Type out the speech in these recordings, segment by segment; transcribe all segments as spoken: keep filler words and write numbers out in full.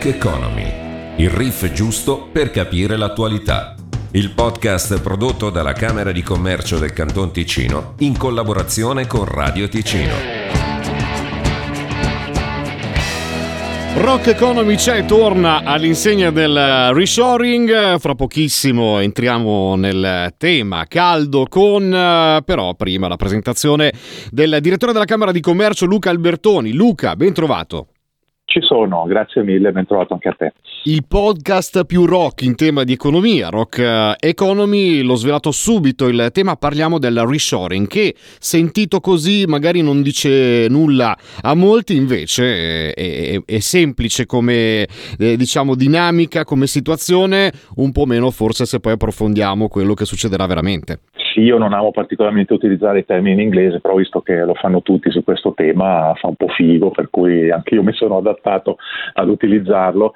Economy, il riff giusto per capire l'attualità. Il podcast prodotto dalla Camera di Commercio del Canton Ticino in collaborazione con Radio Ticino. Rock Economy c'è, torna all'insegna del reshoring. Fra pochissimo entriamo nel tema caldo con però prima la presentazione del direttore della Camera di Commercio Luca Albertoni. Luca, ben trovato. Ci sono, grazie mille, ben trovato anche a te. Il podcast più rock in tema di economia, Rock Economy, l'ho svelato subito il tema, parliamo del reshoring, che sentito così magari non dice nulla a molti, invece è, è, è semplice come eh, diciamo dinamica, come situazione, un po' meno forse se poi approfondiamo quello che succederà veramente. Sì, io non amo particolarmente utilizzare i termini in inglese, però visto che lo fanno tutti su questo tema fa un po' figo, per cui anche io mi sono adattato ad utilizzarlo.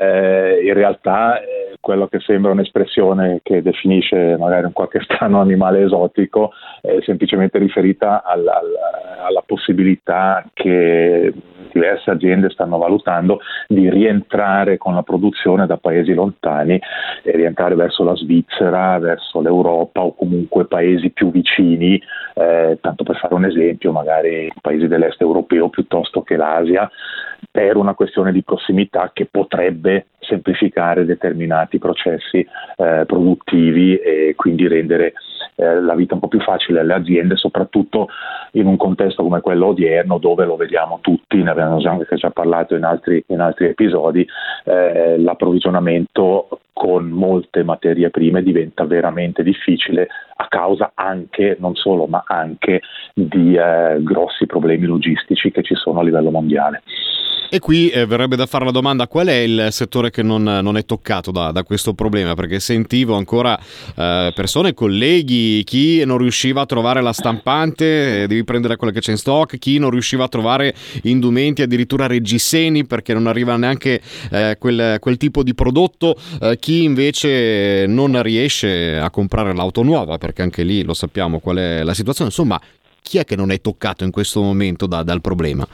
Eh, in realtà eh, quello che sembra un'espressione che definisce magari un qualche strano animale esotico è semplicemente riferita alla, alla, alla possibilità che diverse aziende stanno valutando di rientrare con la produzione da paesi lontani e rientrare verso la Svizzera, verso l'Europa o comunque paesi più vicini, eh, tanto per fare un esempio, magari paesi dell'est europeo piuttosto che l'Asia, per una questione di prossimità che potrebbe semplificare determinati processi eh, produttivi e quindi rendere eh, la vita un po' più facile alle aziende, soprattutto in un contesto come quello odierno, dove lo vediamo tutti, ne abbiamo anche già parlato in altri, in altri episodi, eh, l'approvvigionamento con molte materie prime diventa veramente difficile a causa anche, non solo, ma anche di eh, grossi problemi logistici che ci sono a livello mondiale. E qui eh, verrebbe da fare la domanda: qual è il settore che non, non è toccato da, da questo problema? Perché sentivo ancora eh, persone, colleghi, chi non riusciva a trovare la stampante, eh, devi prendere quella che c'è in stock, chi non riusciva a trovare indumenti, addirittura reggiseni perché non arriva neanche eh, quel, quel tipo di prodotto, eh, chi invece non riesce a comprare l'auto nuova, perché anche lì lo sappiamo qual è la situazione. Insomma, chi è che non è toccato in questo momento da, dal problema?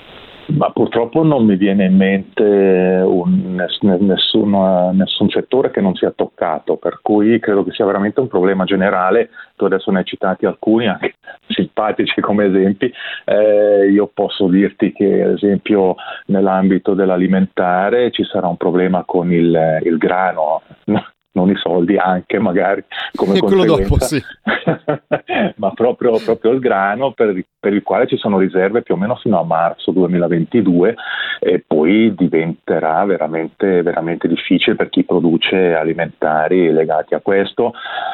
Ma purtroppo non mi viene in mente un, nessun, nessun settore che non sia toccato, per cui credo che sia veramente un problema generale. Tu adesso ne hai citati alcuni, anche simpatici come esempi. Eh, io posso dirti che ad esempio nell'ambito dell'alimentare ci sarà un problema con il, il grano, non i soldi, anche magari come e quello conseguenza, dopo, sì. ma proprio, proprio il grano per, per il quale ci sono riserve più o meno fino a marzo duemilaventidue, e poi diventerà veramente, veramente difficile per chi produce alimentari legati a questo.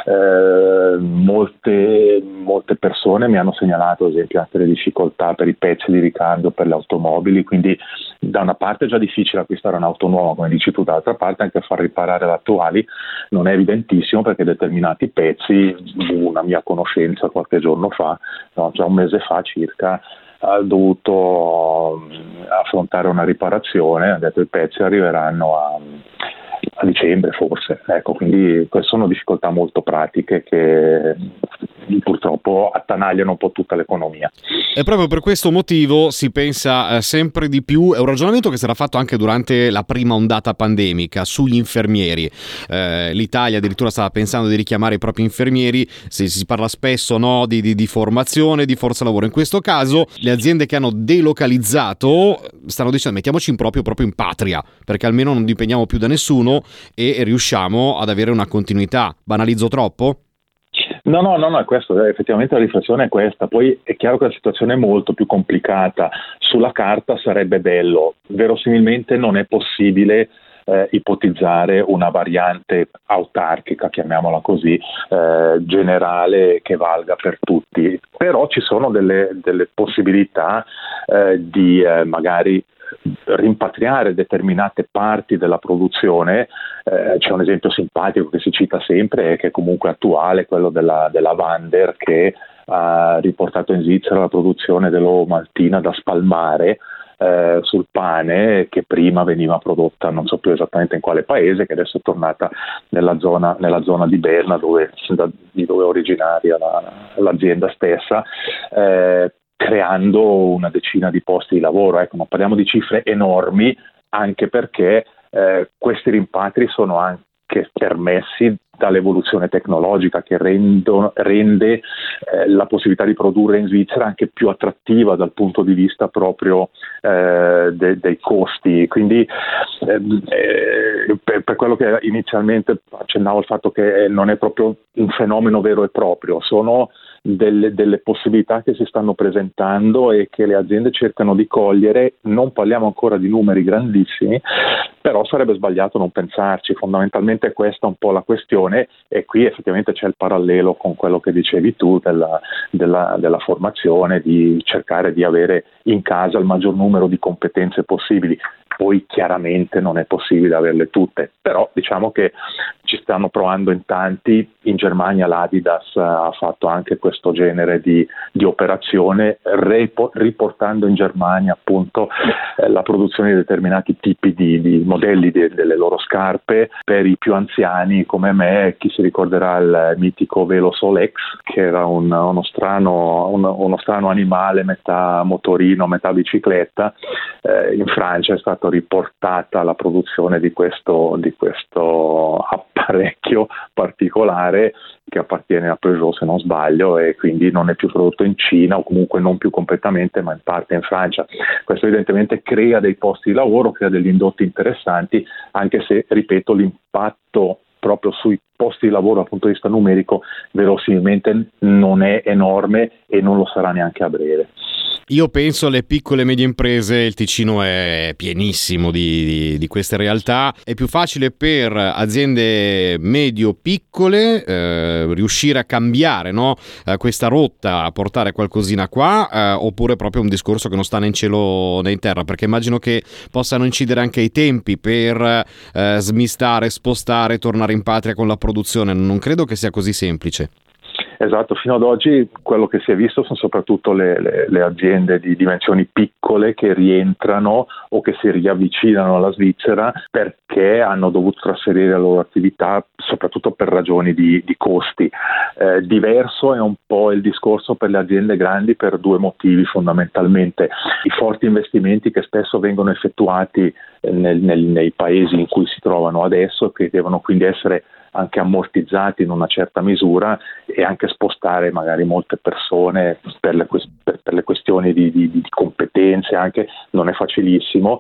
Eh, molte, molte persone mi hanno segnalato ad esempio anche le difficoltà per i pezzi di ricambio per le automobili, quindi da una parte è già difficile acquistare un'auto nuova, come dici tu, dall'altra parte anche far riparare le attuali non è evidentissimo, perché determinati pezzi, una mia conoscenza qualche giorno fa, no, già un mese fa circa, ha dovuto affrontare una riparazione, ha detto i pezzi arriveranno a, a dicembre forse, ecco, quindi queste sono difficoltà molto pratiche che purtroppo attanagliano un po' tutta l'economia. E proprio per questo motivo si pensa eh, sempre di più, è un ragionamento che sarà fatto anche durante la prima ondata pandemica, sugli infermieri. Eh, L'Italia addirittura stava pensando di richiamare i propri infermieri, si, si parla spesso no, di, di, di formazione, di forza lavoro. In questo caso le aziende che hanno delocalizzato stanno dicendo mettiamoci in proprio, proprio in patria, perché almeno non dipendiamo più da nessuno e riusciamo ad avere una continuità. Banalizzo troppo? No, no, no, no, questo, effettivamente la riflessione è questa. Poi è chiaro che la situazione è molto più complicata. Sulla carta sarebbe bello, verosimilmente non è possibile eh, ipotizzare una variante autarchica, chiamiamola così, eh, generale, che valga per tutti. Però ci sono delle, delle possibilità eh, di eh, magari rimpatriare determinate parti della produzione. Eh, c'è un esempio simpatico che si cita sempre e che è comunque attuale, quello della, della Wander, che ha riportato in Svizzera la produzione dell'uovo maltina da spalmare eh, sul pane, che prima veniva prodotta non so più esattamente in quale paese, che adesso è tornata nella zona, nella zona di Berna, dove, da, di dove è originaria la, l'azienda stessa, eh, creando una decina di posti di lavoro. Ecco, non parliamo di cifre enormi, anche perché eh, questi rimpatri sono anche permessi dall'evoluzione tecnologica che rendo, rende eh, la possibilità di produrre in Svizzera anche più attrattiva dal punto di vista proprio eh, de, dei costi. Quindi eh, per, per quello che inizialmente accennavo al fatto che non è proprio un fenomeno vero e proprio, sono delle, delle possibilità che si stanno presentando e che le aziende cercano di cogliere. Non parliamo ancora di numeri grandissimi, però sarebbe sbagliato non pensarci. Fondamentalmente è questa un po' la questione, e qui effettivamente c'è il parallelo con quello che dicevi tu della, della, della formazione, di cercare di avere in casa il maggior numero di competenze possibili. Poi chiaramente non è possibile averle tutte, però diciamo che ci stanno provando in tanti. In Germania l'Adidas ha fatto anche questo genere di, di operazione, repo, riportando in Germania appunto eh, la produzione di determinati tipi di, di modelli de, delle loro scarpe per i più anziani come me. Chi si ricorderà il mitico velo Solex, che era un, uno, strano, un, uno strano animale metà motorino, metà bicicletta. Eh, in Francia è stata riportata la produzione di questo, di questo apparecchio particolare che appartiene a Peugeot, se non sbaglio, e quindi non è più prodotto in Cina, o comunque non più completamente, ma in parte in Francia. Questo evidentemente crea dei posti di lavoro, crea degli indotti interessanti, anche se, ripeto, l'impatto proprio sui posti di lavoro dal punto di vista numerico verosimilmente non è enorme e non lo sarà neanche a breve. Io penso alle piccole e medie imprese, il Ticino è pienissimo di, di, di queste realtà. È più facile per aziende medio-piccole eh, riuscire a cambiare, no? eh, questa rotta, a portare qualcosina qua, eh, oppure proprio un discorso che non sta né in cielo né in terra, perché immagino che possano incidere anche i tempi per eh, smistare, spostare, tornare in patria con la produzione. Non credo che sia così semplice. Esatto, fino ad oggi quello che si è visto sono soprattutto le, le, le aziende di dimensioni piccole che rientrano o che si riavvicinano alla Svizzera perché hanno dovuto trasferire la loro attività soprattutto per ragioni di, di costi. Eh, diverso è un po' il discorso per le aziende grandi per due motivi fondamentalmente: i forti investimenti che spesso vengono effettuati nel, nel, nei paesi in cui si trovano adesso, che devono quindi essere anche ammortizzati in una certa misura, e anche spostare magari molte persone per le, per, per le questioni di, di, di competenze anche non è facilissimo.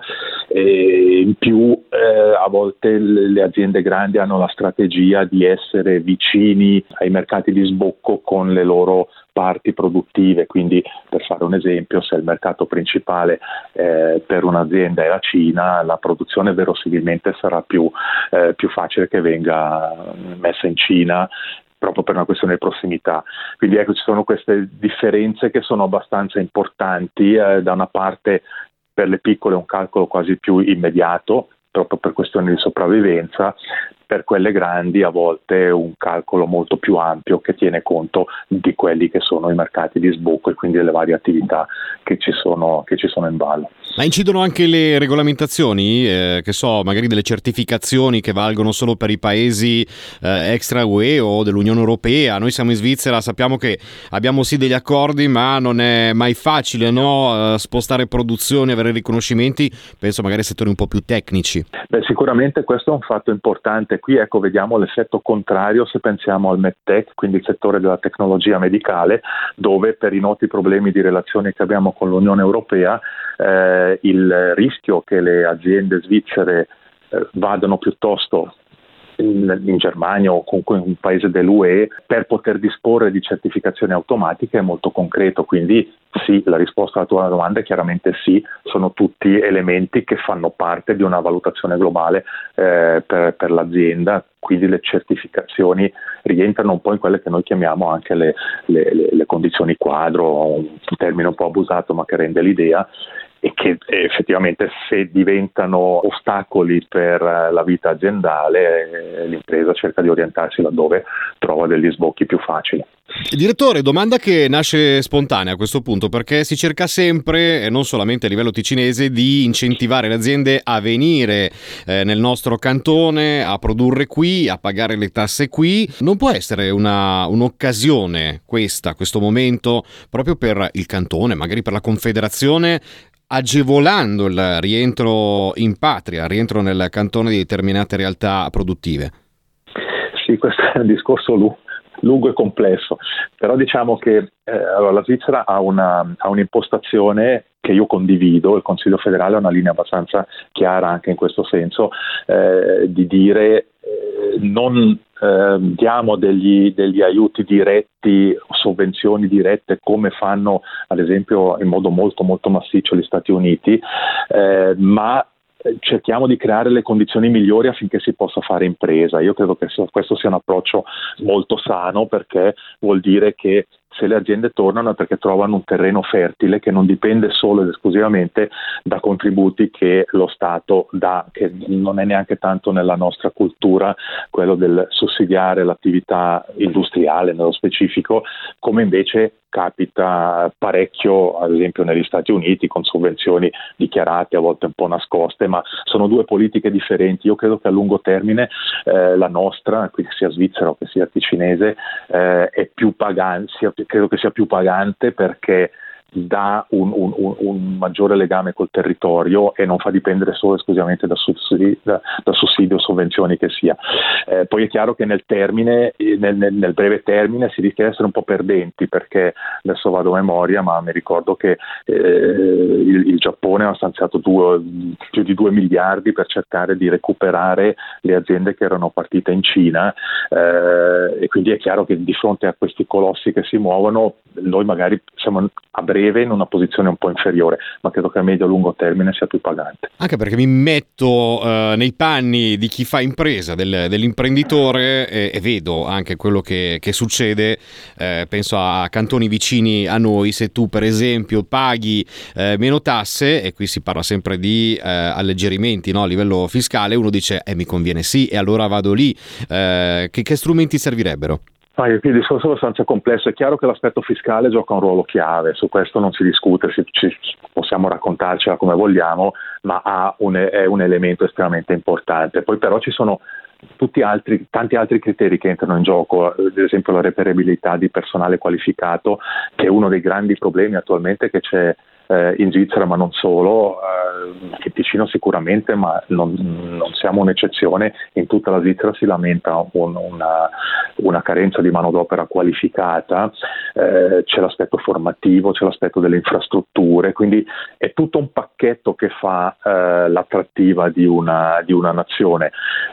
E in più eh, a volte le aziende grandi hanno la strategia di essere vicini ai mercati di sbocco con le loro parti produttive, quindi per fare un esempio, se il mercato principale eh, per un'azienda è la Cina, la produzione verosimilmente sarà più, eh, più facile che venga messa in Cina proprio per una questione di prossimità. Quindi ecco, ci sono queste differenze che sono abbastanza importanti. Eh, da una parte per le piccole è un calcolo quasi più immediato, proprio per questioni di sopravvivenza. Per quelle grandi a volte è un calcolo molto più ampio che tiene conto di quelli che sono i mercati di sbocco e quindi delle varie attività che ci sono, che ci sono in ballo. Ma incidono anche le regolamentazioni, eh, che so, magari delle certificazioni che valgono solo per i paesi eh, extra U E o dell'Unione Europea? Noi siamo in Svizzera, sappiamo che abbiamo sì degli accordi, ma non è mai facile, no? Spostare produzioni, avere riconoscimenti, penso magari a settori un po' più tecnici. Beh, sicuramente questo è un fatto importante. Qui ecco vediamo l'effetto contrario se pensiamo al MedTech, quindi il settore della tecnologia medicale, dove per i noti problemi di relazioni che abbiamo con l'Unione Europea eh, il rischio che le aziende svizzere eh, vadano piuttosto in, in Germania o comunque in un paese dell'U E per poter disporre di certificazioni automatiche è molto concreto. Quindi sì, la risposta alla tua domanda è chiaramente sì, sono tutti elementi che fanno parte di una valutazione globale eh, per, per l'azienda, quindi le certificazioni rientrano un po' in quelle che noi chiamiamo anche le, le, le, le condizioni quadro, un termine un po' abusato ma che rende l'idea, e che effettivamente se diventano ostacoli per la vita aziendale l'impresa cerca di orientarsi laddove trova degli sbocchi più facili. Direttore, domanda che nasce spontanea a questo punto, perché si cerca sempre, non solamente a livello ticinese, di incentivare le aziende a venire eh, nel nostro cantone, a produrre qui, a pagare le tasse qui. Non può essere una, un'occasione questa, questo momento, proprio per il cantone, magari per la confederazione, agevolando il rientro in patria, il rientro nel cantone di determinate realtà produttive. Sì, questo è un discorso lungo. lungo e complesso, però diciamo che eh, allora, la Svizzera ha, una, ha un'impostazione che io condivido, il Consiglio federale ha una linea abbastanza chiara anche in questo senso, eh, di dire eh, non eh, diamo degli, degli aiuti diretti, sovvenzioni dirette come fanno ad esempio in modo molto molto massiccio gli Stati Uniti, eh, ma cerchiamo di creare le condizioni migliori affinché si possa fare impresa. Io credo che questo sia un approccio molto sano, perché vuol dire che se le aziende tornano è perché trovano un terreno fertile che non dipende solo ed esclusivamente da contributi che lo Stato dà, che non è neanche tanto nella nostra cultura quello del sussidiare l'attività industriale nello specifico, come invece capita parecchio ad esempio negli Stati Uniti con sovvenzioni dichiarate, a volte un po' nascoste, ma sono due politiche differenti. Io credo che a lungo termine eh, la nostra, quindi sia svizzera o che sia ticinese, eh, è più pagante, sia, credo che sia più pagante perché dà un, un, un maggiore legame col territorio e non fa dipendere solo esclusivamente da sussidi, da, da sussidi o sovvenzioni che sia. Eh, poi è chiaro che nel termine, nel, nel, nel breve termine si rischia di essere un po' perdenti, perché adesso vado a memoria, ma mi ricordo che eh, il, il Giappone ha stanziato due, più di due miliardi per cercare di recuperare le aziende che erano partite in Cina, eh, e quindi è chiaro che di fronte a questi colossi che si muovono noi magari siamo a breve in una posizione un po' inferiore, ma credo che a medio-lungo termine sia più pagante. Anche perché mi metto uh, nei panni di chi fa impresa, del, dell'imprenditore, e, e vedo anche quello che, che succede, eh, penso a cantoni vicini a noi. Se tu per esempio paghi eh, meno tasse, e qui si parla sempre di eh, alleggerimenti, no, a livello fiscale, uno dice eh, mi conviene sì, e allora vado lì. Eh, che, che strumenti servirebbero? Ah, il discorso è abbastanza complesso. È chiaro che l'aspetto fiscale gioca un ruolo chiave, su questo non si discute, si, ci, possiamo raccontarcela come vogliamo, ma ha un, è un elemento estremamente importante. Poi però ci sono tutti altri, tanti altri criteri che entrano in gioco, ad esempio la reperibilità di personale qualificato, che è uno dei grandi problemi attualmente che c'è eh, in Svizzera, ma non solo, eh, in Ticino sicuramente, ma non, non siamo un'eccezione. In tutta la Svizzera si lamenta un, una, una carenza di manodopera qualificata, eh, c'è l'aspetto formativo, c'è l'aspetto delle infrastrutture, quindi è tutto un pacchetto che fa eh, l'attrattiva di una, di una nazione.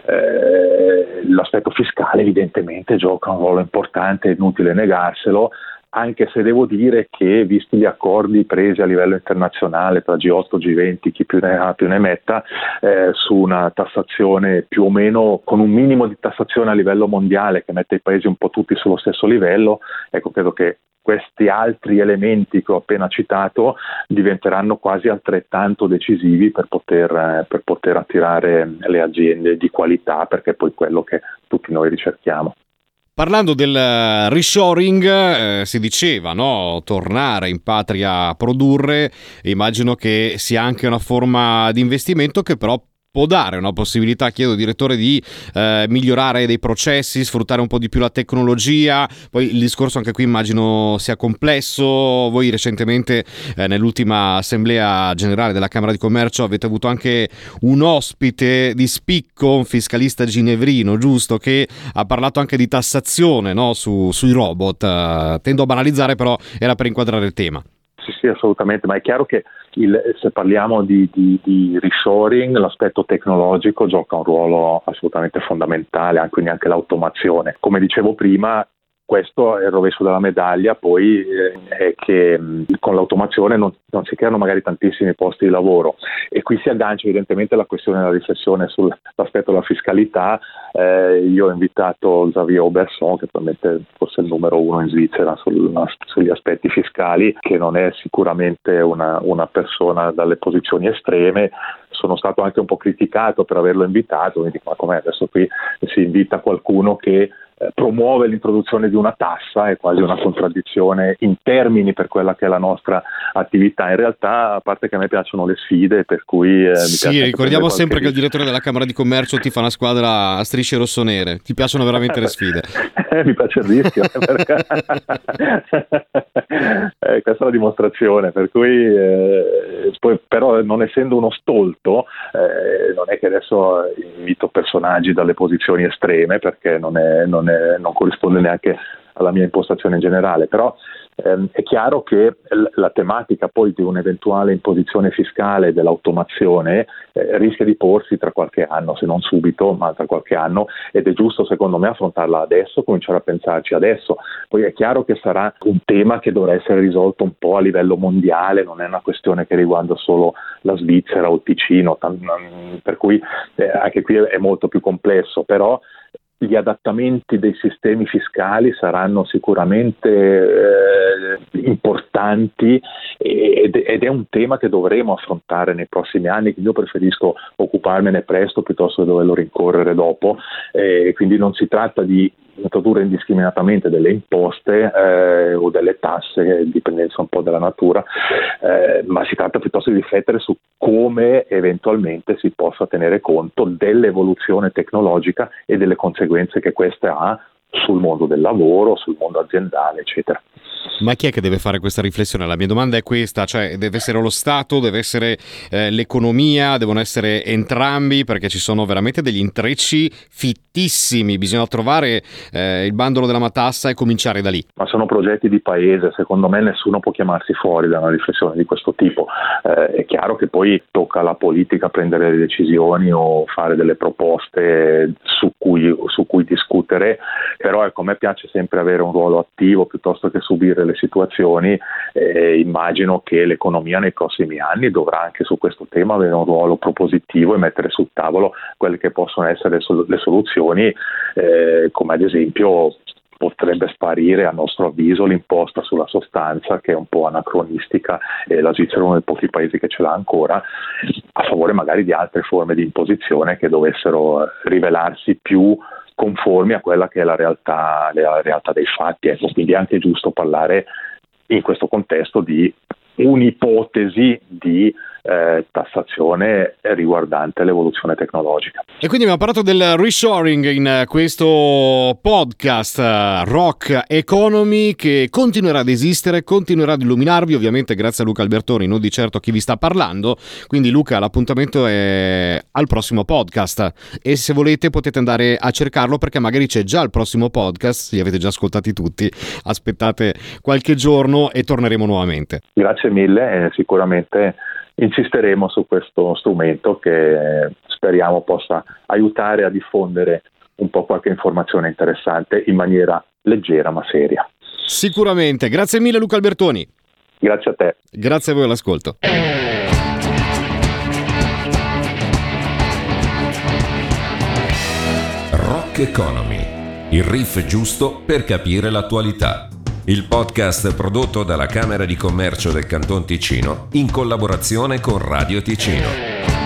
Eh, l'aspetto fiscale evidentemente gioca un ruolo importante, è inutile negarselo, anche se devo dire che, visti gli accordi presi a livello internazionale tra G otto, G venti, chi più ne ha più ne metta, eh, su una tassazione più o meno, con un minimo di tassazione a livello mondiale che mette i paesi un po' tutti sullo stesso livello, ecco, credo che questi altri elementi che ho appena citato diventeranno quasi altrettanto decisivi per poter, eh, per poter attirare le aziende di qualità, perché è poi quello che tutti noi ricerchiamo. Parlando del reshoring, eh, si diceva, no, tornare in patria a produrre, immagino che sia anche una forma di investimento che però può dare una possibilità, chiedo direttore, di eh, migliorare dei processi, sfruttare un po' di più la tecnologia. Poi il discorso anche qui immagino sia complesso. Voi recentemente eh, nell'ultima assemblea generale della Camera di Commercio avete avuto anche un ospite di spicco, un fiscalista ginevrino, giusto, che ha parlato anche di tassazione, no, su, sui robot. Uh, tendo a banalizzare, però era per inquadrare il tema. Sì, sì, assolutamente, ma è chiaro che il, se parliamo di, di, di reshoring, l'aspetto tecnologico gioca un ruolo assolutamente fondamentale, quindi anche l'automazione. Come dicevo prima, questo è il rovescio della medaglia, poi eh, è che mh, con l'automazione non, non si creano magari tantissimi posti di lavoro, e qui si aggancia evidentemente la questione della riflessione sull'aspetto della fiscalità. Eh, io ho invitato Xavier Oberson, che probabilmente forse è il numero uno in Svizzera sul, sugli aspetti fiscali, che non è sicuramente una, una persona dalle posizioni estreme. Sono stato anche un po' criticato per averlo invitato, mi dico, ma com'è adesso qui si invita qualcuno che eh, promuove l'introduzione di una tassa? È quasi una contraddizione in termini per quella che è la nostra attività. In realtà, a parte che a me piacciono le sfide, per cui eh, sì, mi ricordiamo sempre che il rischio. direttore della Camera di Commercio ti fa una squadra a strisce rossonere. Ti piacciono veramente le sfide? Eh, mi piace il rischio, perché... eh, questa è la dimostrazione, per cui eh, poi, però non essendo uno stolto, eh, non è che adesso invito personaggi dalle posizioni estreme, perché non, è, non, è, non corrisponde neanche alla mia impostazione in generale, però ehm, è chiaro che l- la tematica poi di un'eventuale imposizione fiscale dell'automazione eh, rischia di porsi tra qualche anno, se non subito, ma tra qualche anno, ed è giusto secondo me affrontarla adesso, cominciare a pensarci adesso. Poi è chiaro che sarà un tema che dovrà essere risolto un po' a livello mondiale, non è una questione che riguarda solo la Svizzera o il Ticino, tam- per cui eh, anche qui è molto più complesso, però gli adattamenti dei sistemi fiscali saranno sicuramente eh, importanti ed, ed è un tema che dovremo affrontare nei prossimi anni, quindi io preferisco occuparmene presto piuttosto che doverlo rincorrere dopo, eh, quindi non si tratta di introdurre indiscriminatamente delle imposte eh, o delle tasse, dipendenza un po' dalla natura, eh, ma si tratta piuttosto di riflettere su come eventualmente si possa tenere conto dell'evoluzione tecnologica e delle conseguenze che questa ha sul mondo del lavoro, sul mondo aziendale, eccetera. Ma chi è che deve fare questa riflessione? La mia domanda è questa, cioè deve essere lo Stato, deve essere eh, l'economia, devono essere entrambi, perché ci sono veramente degli intrecci fittissimi, bisogna trovare eh, il bandolo della matassa e cominciare da lì. Ma sono progetti di paese, secondo me nessuno può chiamarsi fuori da una riflessione di questo tipo. Eh, è chiaro che poi tocca alla politica prendere le decisioni o fare delle proposte su cui, su cui discutere, però ecco, a me piace sempre avere un ruolo attivo piuttosto che subire le situazioni. Eh, immagino che l'economia nei prossimi anni dovrà anche su questo tema avere un ruolo propositivo e mettere sul tavolo quelle che possono essere le, sol- le soluzioni, eh, come ad esempio potrebbe sparire a nostro avviso l'imposta sulla sostanza, che è un po' anacronistica e la Svizzera è uno dei pochi paesi che ce l'ha ancora, a favore magari di altre forme di imposizione che dovessero rivelarsi più conformi a quella che è la realtà, la realtà dei fatti. Ecco, quindi è anche giusto parlare in questo contesto di un'ipotesi di eh, tassazione riguardante l'evoluzione tecnologica. E quindi abbiamo parlato del reshoring in questo podcast uh, Rock Economy, che continuerà ad esistere, continuerà ad illuminarvi, ovviamente grazie a Luca Albertoni, non di certo chi vi sta parlando. Quindi Luca, l'appuntamento è al prossimo podcast e se volete potete andare a cercarlo, perché magari c'è già il prossimo podcast, li avete già ascoltati tutti, aspettate qualche giorno e torneremo nuovamente. Grazie mille, e sicuramente insisteremo su questo strumento che speriamo possa aiutare a diffondere un po' qualche informazione interessante in maniera leggera ma seria. Sicuramente. Grazie mille Luca Albertoni. Grazie a te. Grazie a voi all'ascolto. Rock Economy, il riff giusto per capire l'attualità. Il podcast prodotto dalla Camera di Commercio del Canton Ticino in collaborazione con Radio Ticino.